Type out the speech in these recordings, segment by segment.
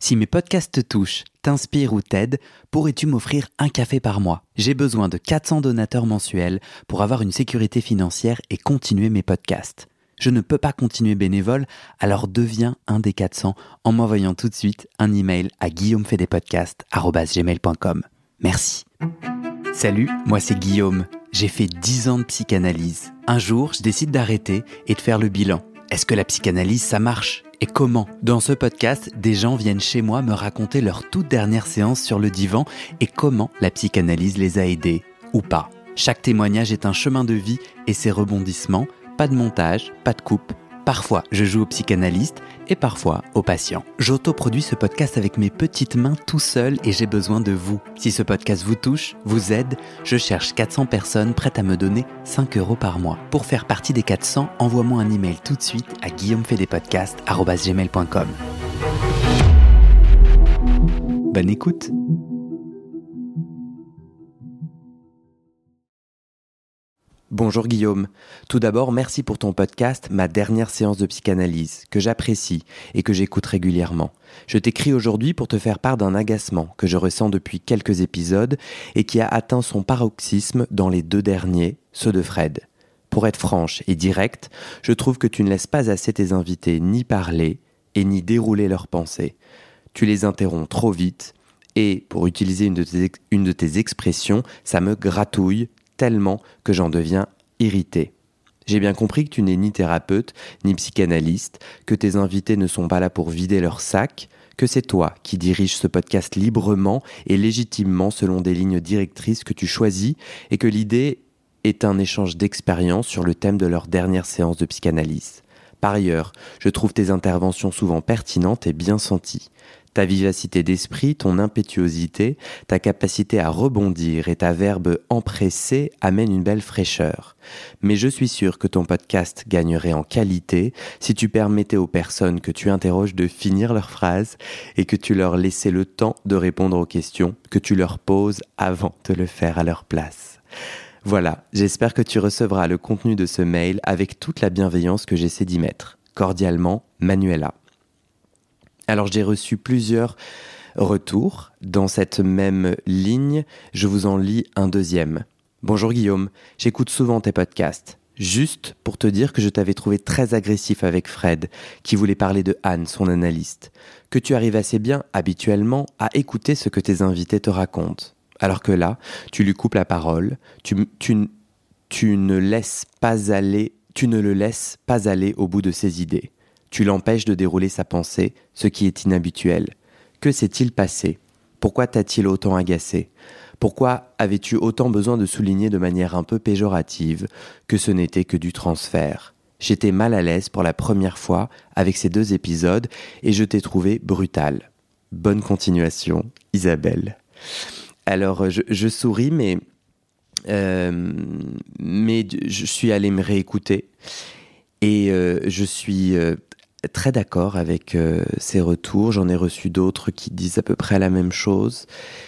Si mes podcasts te touchent, t'inspirent ou t'aident, pourrais-tu m'offrir un café par mois ? J'ai besoin de 400 donateurs mensuels pour avoir une sécurité financière et continuer mes podcasts. Je ne peux pas continuer bénévole, alors deviens un des 400 en m'envoyant tout de suite un email à guillaumefaidespodcasts@gmail.com. Merci. Salut, moi c'est Guillaume. J'ai fait 10 ans de psychanalyse. Un jour, je décide d'arrêter et de faire le bilan. Est-ce que la psychanalyse, ça marche ? Et comment ? Dans ce podcast, des gens viennent chez moi me raconter leur toute dernière séance sur le divan et comment la psychanalyse les a aidés, ou pas. Chaque témoignage est un chemin de vie et ses rebondissements, pas de montage, pas de coupe. Parfois, je joue au psychanalyste et parfois au patient. J'autoproduis ce podcast avec mes petites mains tout seul et j'ai besoin de vous. Si ce podcast vous touche, vous aide, je cherche 400 personnes prêtes à me donner 5 € par mois. Pour faire partie des 400, envoie-moi un email tout de suite à guillaumefaidespodcasts@gmail.com. Bonne écoute. Bonjour Guillaume. Tout d'abord, merci pour ton podcast, ma dernière séance de psychanalyse, que j'apprécie et que j'écoute régulièrement. Je t'écris aujourd'hui pour te faire part d'un agacement que je ressens depuis quelques épisodes et qui a atteint son paroxysme dans les 2 derniers, ceux de Fred. Pour être franche et directe, je trouve que tu ne laisses pas assez tes invités ni parler et ni dérouler leurs pensées. Tu les interromps trop vite et, pour utiliser une de tes expressions, ça me gratouille tellement que j'en deviens irrité. J'ai bien compris que tu n'es ni thérapeute, ni psychanalyste, que tes invités ne sont pas là pour vider leur sac, que c'est toi qui diriges ce podcast librement et légitimement selon des lignes directrices que tu choisis et que l'idée est un échange d'expériences sur le thème de leur dernière séance de psychanalyse. Par ailleurs, je trouve tes interventions souvent pertinentes et bien senties. Ta vivacité d'esprit, ton impétuosité, ta capacité à rebondir et ta verbe empressée amènent une belle fraîcheur. Mais je suis sûr que ton podcast gagnerait en qualité si tu permettais aux personnes que tu interroges de finir leurs phrases et que tu leur laissais le temps de répondre aux questions que tu leur poses avant de le faire à leur place. Voilà, j'espère que tu recevras le contenu de ce mail avec toute la bienveillance que j'essaie d'y mettre. Cordialement, Manuela. Alors j'ai reçu plusieurs retours. Dans cette même ligne, je vous en lis un deuxième. Bonjour Guillaume, j'écoute souvent tes podcasts. Juste pour te dire que je t'avais trouvé très agressif avec Fred, qui voulait parler de Anne, son analyste. Que tu arrives assez bien, habituellement, à écouter ce que tes invités te racontent. Alors que là, tu lui coupes la parole, tu ne le laisses pas aller au bout de ses idées. Tu l'empêches de dérouler sa pensée, ce qui est inhabituel. Que s'est-il passé ? Pourquoi t'a-t-il autant agacé ? Pourquoi avais-tu autant besoin de souligner de manière un peu péjorative que ce n'était que du transfert ? J'étais mal à l'aise pour la première fois avec ces 2 épisodes et je t'ai trouvé brutal. Bonne continuation, Isabelle. Alors, je souris, mais je suis allé me réécouter et je suis très d'accord avec ces retours. J'en ai reçu d'autres qui disent à peu près la même chose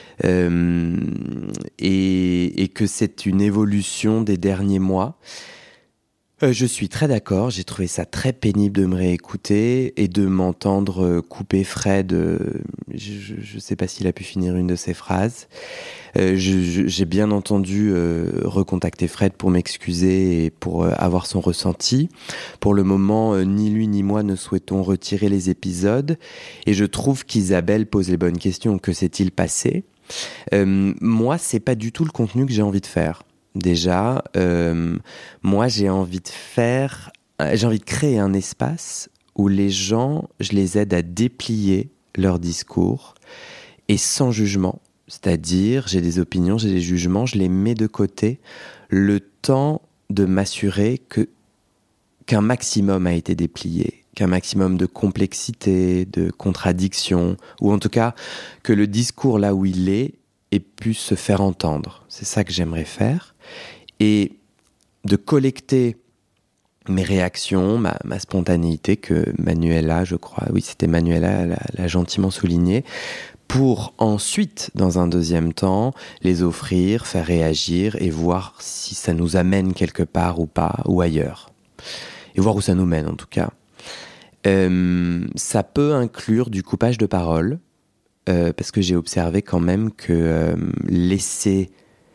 et que c'est une évolution des derniers mois. Je suis très d'accord, j'ai trouvé ça très pénible de me réécouter et de m'entendre couper Fred. Je ne sais pas s'il a pu finir une de ses phrases. J'ai bien entendu recontacter Fred pour m'excuser et pour avoir son ressenti. Pour le moment, ni lui ni moi ne souhaitons retirer les épisodes. Et je trouve qu'Isabelle pose les bonnes questions. Que s'est-il passé ? Moi, c'est pas du tout le contenu que j'ai envie de faire. Déjà, moi j'ai envie de créer un espace où les gens, je les aide à déplier leur discours et sans jugement. C'est-à-dire, j'ai des opinions, j'ai des jugements, je les mets de côté le temps de m'assurer qu'un maximum a été déplié, qu'un maximum de complexité, de contradiction, ou en tout cas que le discours là où il est ait pu se faire entendre. C'est ça que j'aimerais faire. Et de collecter mes réactions, ma spontanéité que Manuela, je crois, oui c'était Manuela, l'a gentiment souligné, pour ensuite, dans un deuxième temps, les offrir, faire réagir et voir si ça nous amène quelque part ou pas, ou ailleurs. Et voir où ça nous mène en tout cas. Ça peut inclure du coupage de parole, parce que j'ai observé quand même que laisser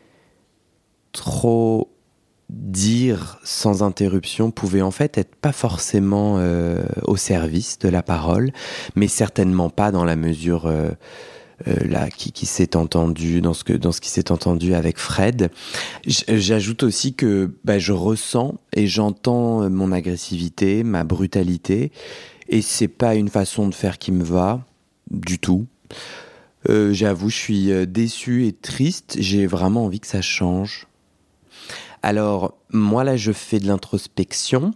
trop dire sans interruption pouvait en fait être pas forcément au service de la parole, mais certainement pas dans la mesure là qui s'est entendu dans ce qui s'est entendu avec Fred. J'ajoute aussi que je ressens et j'entends mon agressivité, ma brutalité, et c'est pas une façon de faire qui me va du tout. J'avoue, je suis déçu et triste. J'ai vraiment envie que ça change. Alors, moi, là, je fais de l'introspection.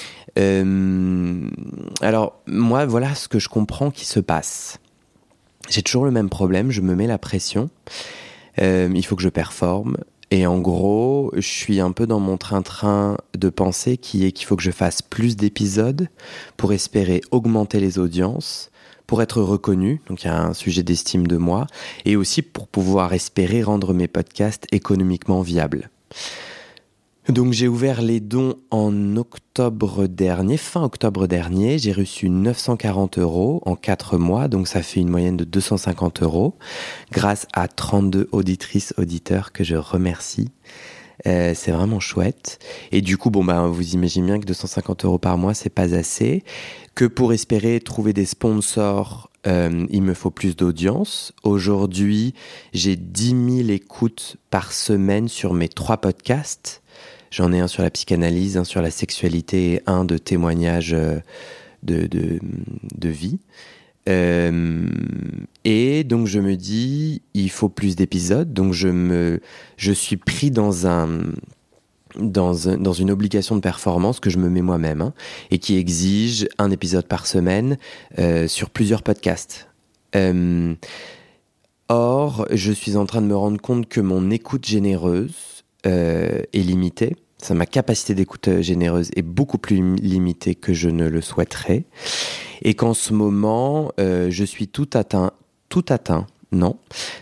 Alors, moi, voilà ce que je comprends qui se passe. J'ai toujours le même problème, je me mets la pression. Il faut que je performe. Et en gros, je suis un peu dans mon train-train de pensée qui est qu'il faut que je fasse plus d'épisodes pour espérer augmenter les audiences, pour être reconnu, donc il y a un sujet d'estime de moi, et aussi pour pouvoir espérer rendre mes podcasts économiquement viables. Donc j'ai ouvert les dons en octobre dernier, fin octobre dernier, j'ai reçu 940 € en 4 mois, donc ça fait une moyenne de 250 €, grâce à 32 auditrices, auditeurs que je remercie. C'est vraiment chouette. Et du coup, vous imaginez bien que 250 € par mois, c'est pas assez. Que pour espérer trouver des sponsors, il me faut plus d'audience. Aujourd'hui, j'ai 10 000 écoutes par semaine sur mes 3 podcasts. J'en ai un sur la psychanalyse, un sur la sexualité et un de témoignages de vie. Et donc je me dis, il faut plus d'épisodes. Donc je suis pris dans une obligation de performance que je me mets moi-même, et qui exige un épisode par semaine sur plusieurs podcasts. Or, je suis en train de me rendre compte que mon écoute généreuse est limitée. Ma capacité d'écoute généreuse est beaucoup plus limitée que je ne le souhaiterais. Et qu'en ce moment, je suis tout atteint, non,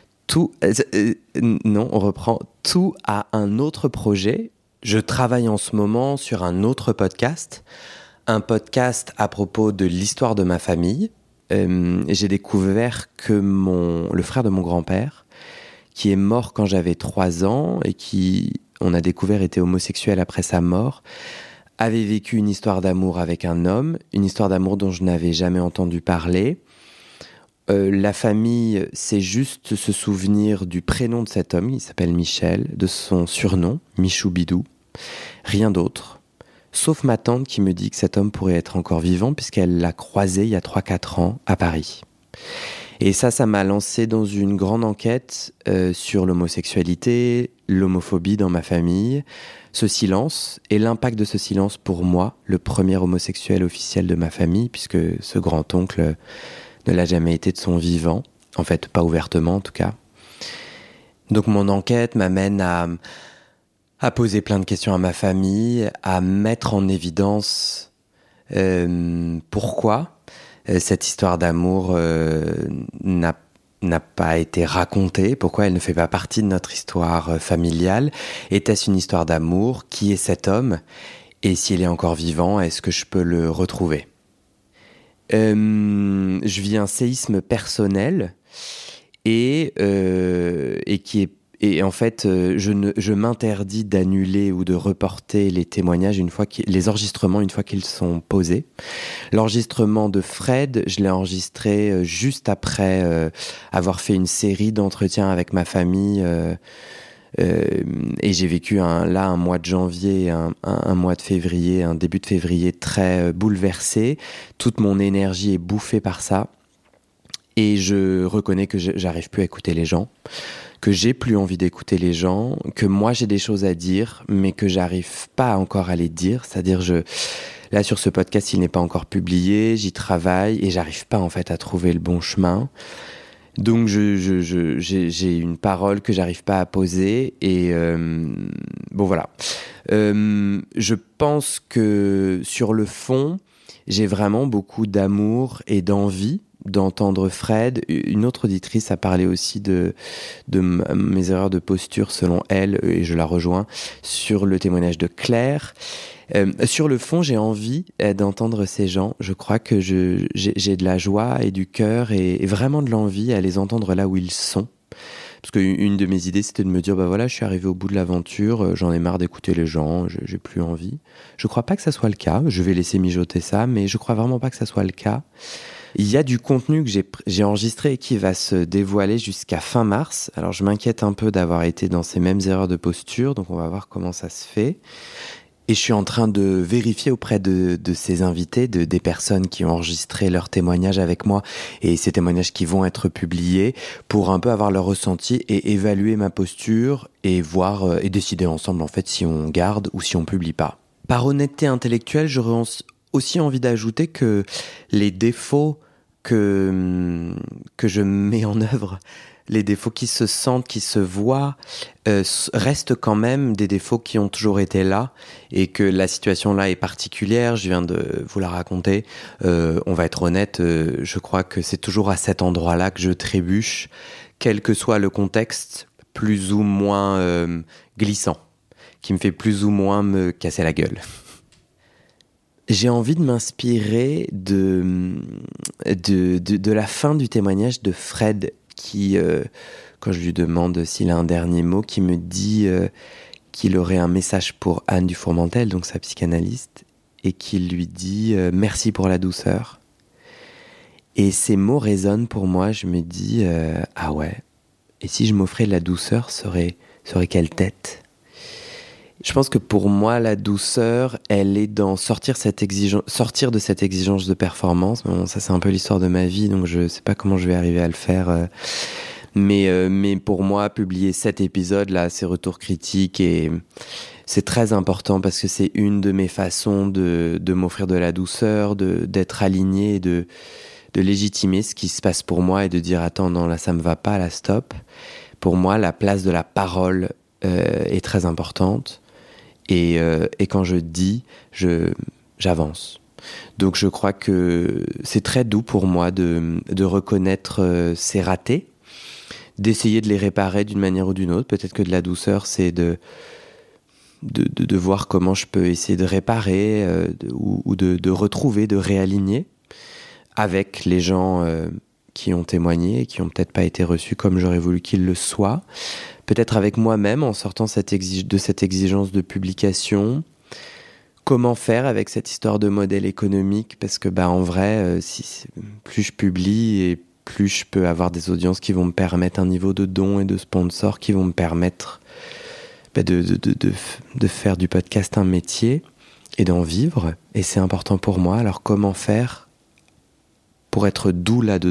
on reprend, tout à un autre projet. Je travaille en ce moment sur un autre podcast, un podcast à propos de l'histoire de ma famille. J'ai découvert que le frère de mon grand-père, qui est mort quand j'avais 3 ans et qui, on a découvert, était homosexuel après sa mort, avait vécu une histoire d'amour avec un homme, une histoire d'amour dont je n'avais jamais entendu parler. La famille sait juste se souvenir du prénom de cet homme, il s'appelle Michel, de son surnom, Michou Bidou, rien d'autre. Sauf ma tante qui me dit que cet homme pourrait être encore vivant puisqu'elle l'a croisé il y a 3-4 ans à Paris. Et ça m'a lancé dans une grande enquête sur l'homosexualité, l'homophobie dans ma famille, ce silence et l'impact de ce silence pour moi, le premier homosexuel officiel de ma famille, puisque ce grand-oncle ne l'a jamais été de son vivant, en fait pas ouvertement en tout cas. Donc mon enquête m'amène à poser plein de questions à ma famille, à mettre en évidence pourquoi cette histoire d'amour n'a pas été racontée, pourquoi elle ne fait pas partie de notre histoire familiale. Était-ce une histoire d'amour? Qui est cet homme? Et s'il est encore vivant, est-ce que je peux le retrouver? Je vis un séisme personnel et en fait, je m'interdis d'annuler ou de reporter les témoignages les enregistrements une fois qu'ils sont posés. L'enregistrement de Fred, je l'ai enregistré juste après avoir fait une série d'entretiens avec ma famille. Et j'ai vécu un mois de janvier, un mois de février, un début de février très bouleversé. Toute mon énergie est bouffée par ça. Et je reconnais que j'arrive plus à écouter les gens, que j'ai plus envie d'écouter les gens, que moi j'ai des choses à dire, mais que j'arrive pas encore à les dire. C'est-à-dire, là sur ce podcast, il n'est pas encore publié, j'y travaille et j'arrive pas en fait à trouver le bon chemin. Donc j'ai une parole que j'arrive pas à poser et voilà. Je pense que sur le fond, j'ai vraiment beaucoup d'amour et d'envie d'entendre Fred. Une autre auditrice a parlé aussi de mes erreurs de posture selon elle, et je la rejoins, sur le témoignage de Claire. Sur le fond, j'ai envie d'entendre ces gens. Je crois que j'ai de la joie et du cœur et vraiment de l'envie à les entendre là où ils sont. Parce qu'une de mes idées, c'était de me dire, bah voilà, je suis arrivé au bout de l'aventure, j'en ai marre d'écouter les gens, j'ai plus envie. Je crois pas que ça soit le cas, je vais laisser mijoter ça, mais je crois vraiment pas que ça soit le cas. Il y a du contenu que j'ai enregistré et qui va se dévoiler jusqu'à fin mars. Alors je m'inquiète un peu d'avoir été dans ces mêmes erreurs de posture, donc on va voir comment ça se fait. Et je suis en train de vérifier auprès de ces invités, des personnes qui ont enregistré leurs témoignages avec moi et ces témoignages qui vont être publiés pour un peu avoir leur ressenti et évaluer ma posture et voir et décider ensemble en fait si on garde ou si on publie pas. Par honnêteté intellectuelle, j'aurais aussi envie d'ajouter que les défauts que je mets en œuvre, les défauts qui se sentent, qui se voient, restent quand même des défauts qui ont toujours été là et que la situation là est particulière, je viens de vous la raconter. On va être honnête, je crois que c'est toujours à cet endroit-là que je trébuche, quel que soit le contexte plus ou moins glissant, qui me fait plus ou moins me casser la gueule. J'ai envie de m'inspirer de la fin du témoignage de Fred qui, quand je lui demande s'il a un dernier mot, qui me dit qu'il aurait un message pour Anne Dufourmentel, donc sa psychanalyste, et qui lui dit « Merci pour la douceur ». Et ces mots résonnent pour moi, je me dis « Ah ouais, et si je m'offrais de la douceur, ça aurait quelle tête ?» Je pense que pour moi, la douceur, elle est dans sortir de cette exigence de performance. Bon, ça, c'est un peu l'histoire de ma vie, donc je sais pas comment je vais arriver à le faire. Mais pour moi, publier cet épisode-là, ces retours critiques, et c'est très important parce que c'est une de mes façons de m'offrir de la douceur, d'être aligné, de légitimer ce qui se passe pour moi et de dire « Attends, non, là, ça me va pas, là, stop ». Pour moi, la place de la parole est très importante. Et quand je dis, j'avance. Donc je crois que c'est très doux pour moi de reconnaître ces ratés, d'essayer de les réparer d'une manière ou d'une autre. Peut-être que de la douceur, c'est de voir comment je peux essayer de réparer ou de retrouver, de réaligner avec les gens qui ont témoigné et qui n'ont peut-être pas été reçus comme j'aurais voulu qu'ils le soient. Peut-être avec moi-même, en sortant de cette exigence de publication. Comment faire avec cette histoire de modèle économique ? Parce que, en vrai, plus je publie et plus je peux avoir des audiences qui vont me permettre un niveau de dons et de sponsors qui vont me permettre de faire du podcast un métier et d'en vivre. Et c'est important pour moi. Alors, comment faire pour être doux là-dedans ?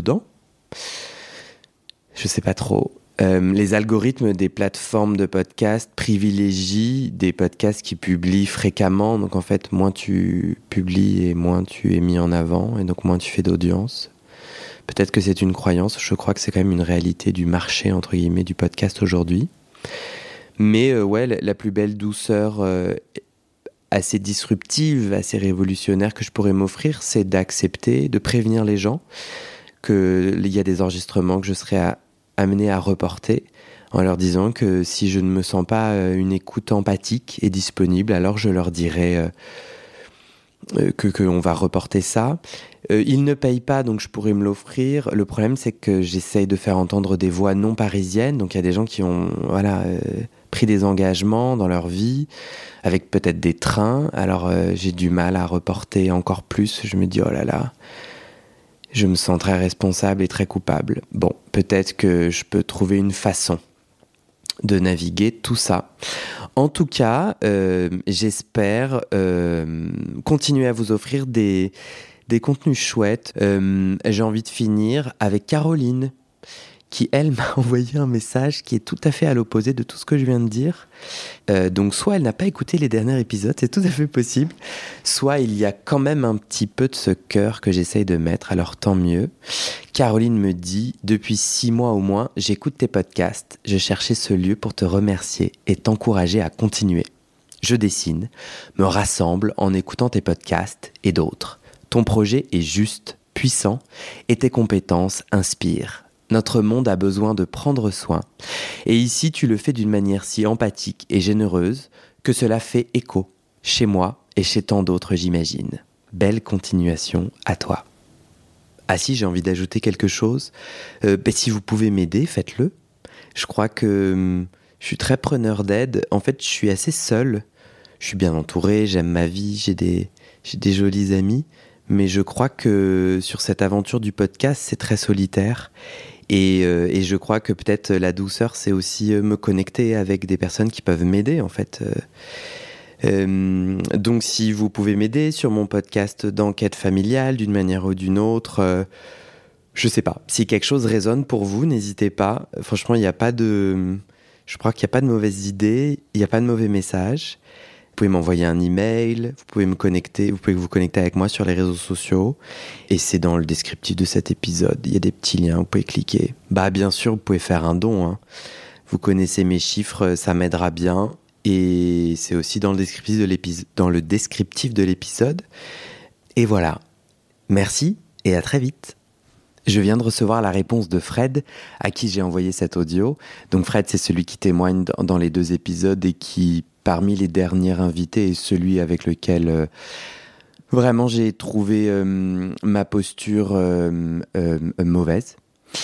Je sais pas trop. Les algorithmes des plateformes de podcast privilégient des podcasts qui publient fréquemment. Donc en fait, moins tu publies et moins tu es mis en avant et donc moins tu fais d'audience. Peut-être que c'est une croyance. Je crois que c'est quand même une réalité du marché, entre guillemets, du podcast aujourd'hui. Mais ouais, la plus belle douceur assez disruptive, assez révolutionnaire que je pourrais m'offrir, c'est d'accepter, de prévenir les gens qu'il y a des enregistrements que je serais amené à reporter en leur disant que si je ne me sens pas une écoute empathique et disponible, alors je leur dirai qu'on va reporter ça. Ils ne payent pas, donc je pourrais me l'offrir. Le problème, c'est que j'essaye de faire entendre des voix non parisiennes. Donc il y a des gens qui ont pris des engagements dans leur vie, avec peut-être des trains. Alors j'ai du mal à reporter encore plus. Je me dis, oh là là, je me sens très responsable et très coupable. Bon, peut-être que je peux trouver une façon de naviguer tout ça. En tout cas, j'espère continuer à vous offrir des contenus chouettes. J'ai envie de finir avec Caroline, qui, elle, m'a envoyé un message qui est tout à fait à l'opposé de tout ce que je viens de dire. Donc, soit elle n'a pas écouté les derniers épisodes, c'est tout à fait possible, soit il y a quand même un petit peu de ce cœur que j'essaye de mettre, alors tant mieux. Caroline me dit « Depuis 6 mois au moins, j'écoute tes podcasts, je cherchais ce lieu pour te remercier et t'encourager à continuer. Je dessine, me rassemble en écoutant tes podcasts et d'autres. Ton projet est juste, puissant et tes compétences inspirent. Notre monde a besoin de prendre soin. Et ici, tu le fais d'une manière si empathique et généreuse que cela fait écho, chez moi et chez tant d'autres, j'imagine. Belle continuation à toi. Ah si, j'ai envie d'ajouter quelque chose. Si vous pouvez m'aider, faites-le. Je crois que je suis très preneur d'aide. En fait, je suis assez seul. Je suis bien entouré, j'aime ma vie, j'ai des jolis amis. Mais je crois que sur cette aventure du podcast, c'est très solitaire. Et je crois que peut-être la douceur, c'est aussi me connecter avec des personnes qui peuvent m'aider, en fait. Donc si vous pouvez m'aider sur mon podcast d'enquête familiale d'une manière ou d'une autre, je sais pas, si quelque chose résonne pour vous, n'hésitez pas. Franchement, je crois qu'il n'y a pas de mauvaises idées, il n'y a pas de mauvais messages. Vous pouvez m'envoyer un email, vous pouvez vous connecter avec moi sur les réseaux sociaux, et c'est dans le descriptif de cet épisode, il y a des petits liens, vous pouvez cliquer. Bien sûr, vous pouvez faire un don, hein. Vous connaissez mes chiffres, ça m'aidera bien. Et c'est aussi dans le descriptif de l'épisode. Et voilà. Merci et à très vite. Je viens de recevoir la réponse de Fred, à qui j'ai envoyé cet audio. Donc Fred, c'est celui qui témoigne dans les 2 épisodes et qui, parmi les derniers invités, est celui avec lequel vraiment j'ai trouvé ma posture mauvaise.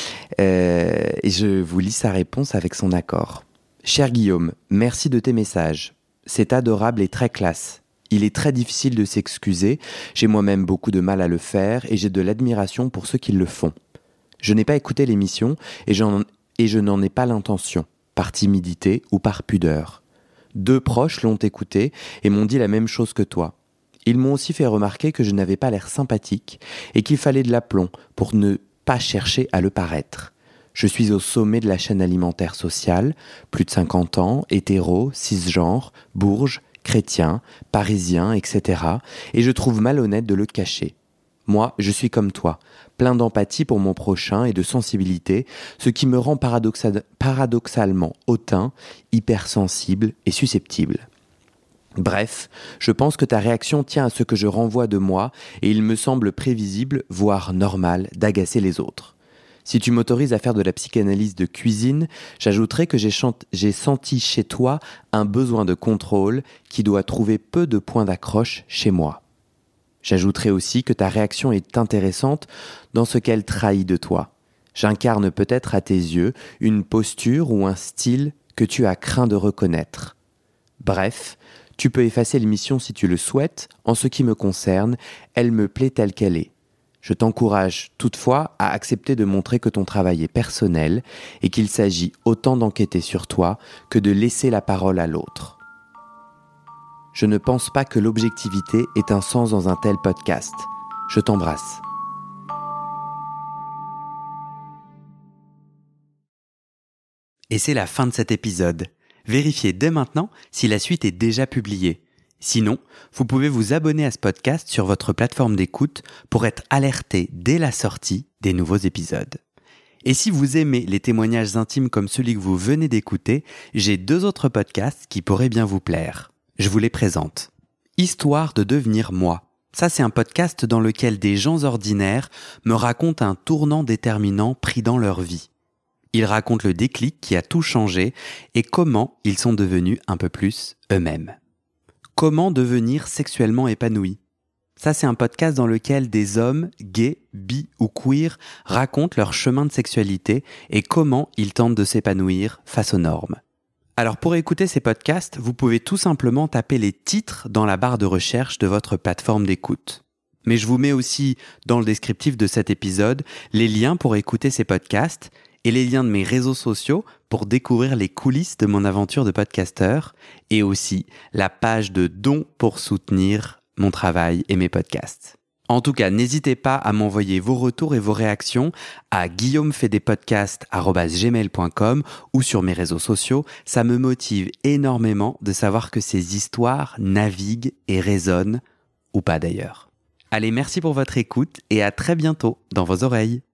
Et je vous lis sa réponse avec son accord. Cher Guillaume, merci de tes messages. C'est adorable et très classe. Il est très difficile de s'excuser, j'ai moi-même beaucoup de mal à le faire et j'ai de l'admiration pour ceux qui le font. Je n'ai pas écouté l'émission et je n'en ai pas l'intention, par timidité ou par pudeur. 2 proches l'ont écouté et m'ont dit la même chose que toi. Ils m'ont aussi fait remarquer que je n'avais pas l'air sympathique et qu'il fallait de l'aplomb pour ne pas chercher à le paraître. Je suis au sommet de la chaîne alimentaire sociale, plus de 50 ans, hétéro, cisgenre, bourge, chrétien, parisien, etc. Et je trouve malhonnête de le cacher. Moi, je suis comme toi, plein d'empathie pour mon prochain et de sensibilité, ce qui me rend paradoxalement hautain, hypersensible et susceptible. Bref, je pense que ta réaction tient à ce que je renvoie de moi et il me semble prévisible, voire normal, d'agacer les autres. Si tu m'autorises à faire de la psychanalyse de cuisine, j'ajouterai que j'ai senti chez toi un besoin de contrôle qui doit trouver peu de points d'accroche chez moi. J'ajouterai aussi que ta réaction est intéressante dans ce qu'elle trahit de toi. J'incarne peut-être à tes yeux une posture ou un style que tu as craint de reconnaître. Bref, tu peux effacer l'émission si tu le souhaites. En ce qui me concerne, elle me plaît telle qu'elle est. Je t'encourage toutefois à accepter de montrer que ton travail est personnel et qu'il s'agit autant d'enquêter sur toi que de laisser la parole à l'autre. Je ne pense pas que l'objectivité ait un sens dans un tel podcast. Je t'embrasse. Et c'est la fin de cet épisode. Vérifiez dès maintenant si la suite est déjà publiée. Sinon, vous pouvez vous abonner à ce podcast sur votre plateforme d'écoute pour être alerté dès la sortie des nouveaux épisodes. Et si vous aimez les témoignages intimes comme celui que vous venez d'écouter, j'ai 2 autres podcasts qui pourraient bien vous plaire. Je vous les présente. Histoire de devenir moi. Ça, c'est un podcast dans lequel des gens ordinaires me racontent un tournant déterminant pris dans leur vie. Ils racontent le déclic qui a tout changé et comment ils sont devenus un peu plus eux-mêmes. Comment devenir sexuellement épanoui ? Ça, c'est un podcast dans lequel des hommes, gays, bi ou queer, racontent leur chemin de sexualité et comment ils tentent de s'épanouir face aux normes. Alors pour écouter ces podcasts, vous pouvez tout simplement taper les titres dans la barre de recherche de votre plateforme d'écoute. Mais je vous mets aussi dans le descriptif de cet épisode les liens pour écouter ces podcasts et les liens de mes réseaux sociaux pour découvrir les coulisses de mon aventure de podcasteur et aussi la page de dons pour soutenir mon travail et mes podcasts. En tout cas, n'hésitez pas à m'envoyer vos retours et vos réactions à guillaumefaidespodcasts@gmail.com ou sur mes réseaux sociaux. Ça me motive énormément de savoir que ces histoires naviguent et résonnent, ou pas d'ailleurs. Allez, merci pour votre écoute et à très bientôt dans vos oreilles.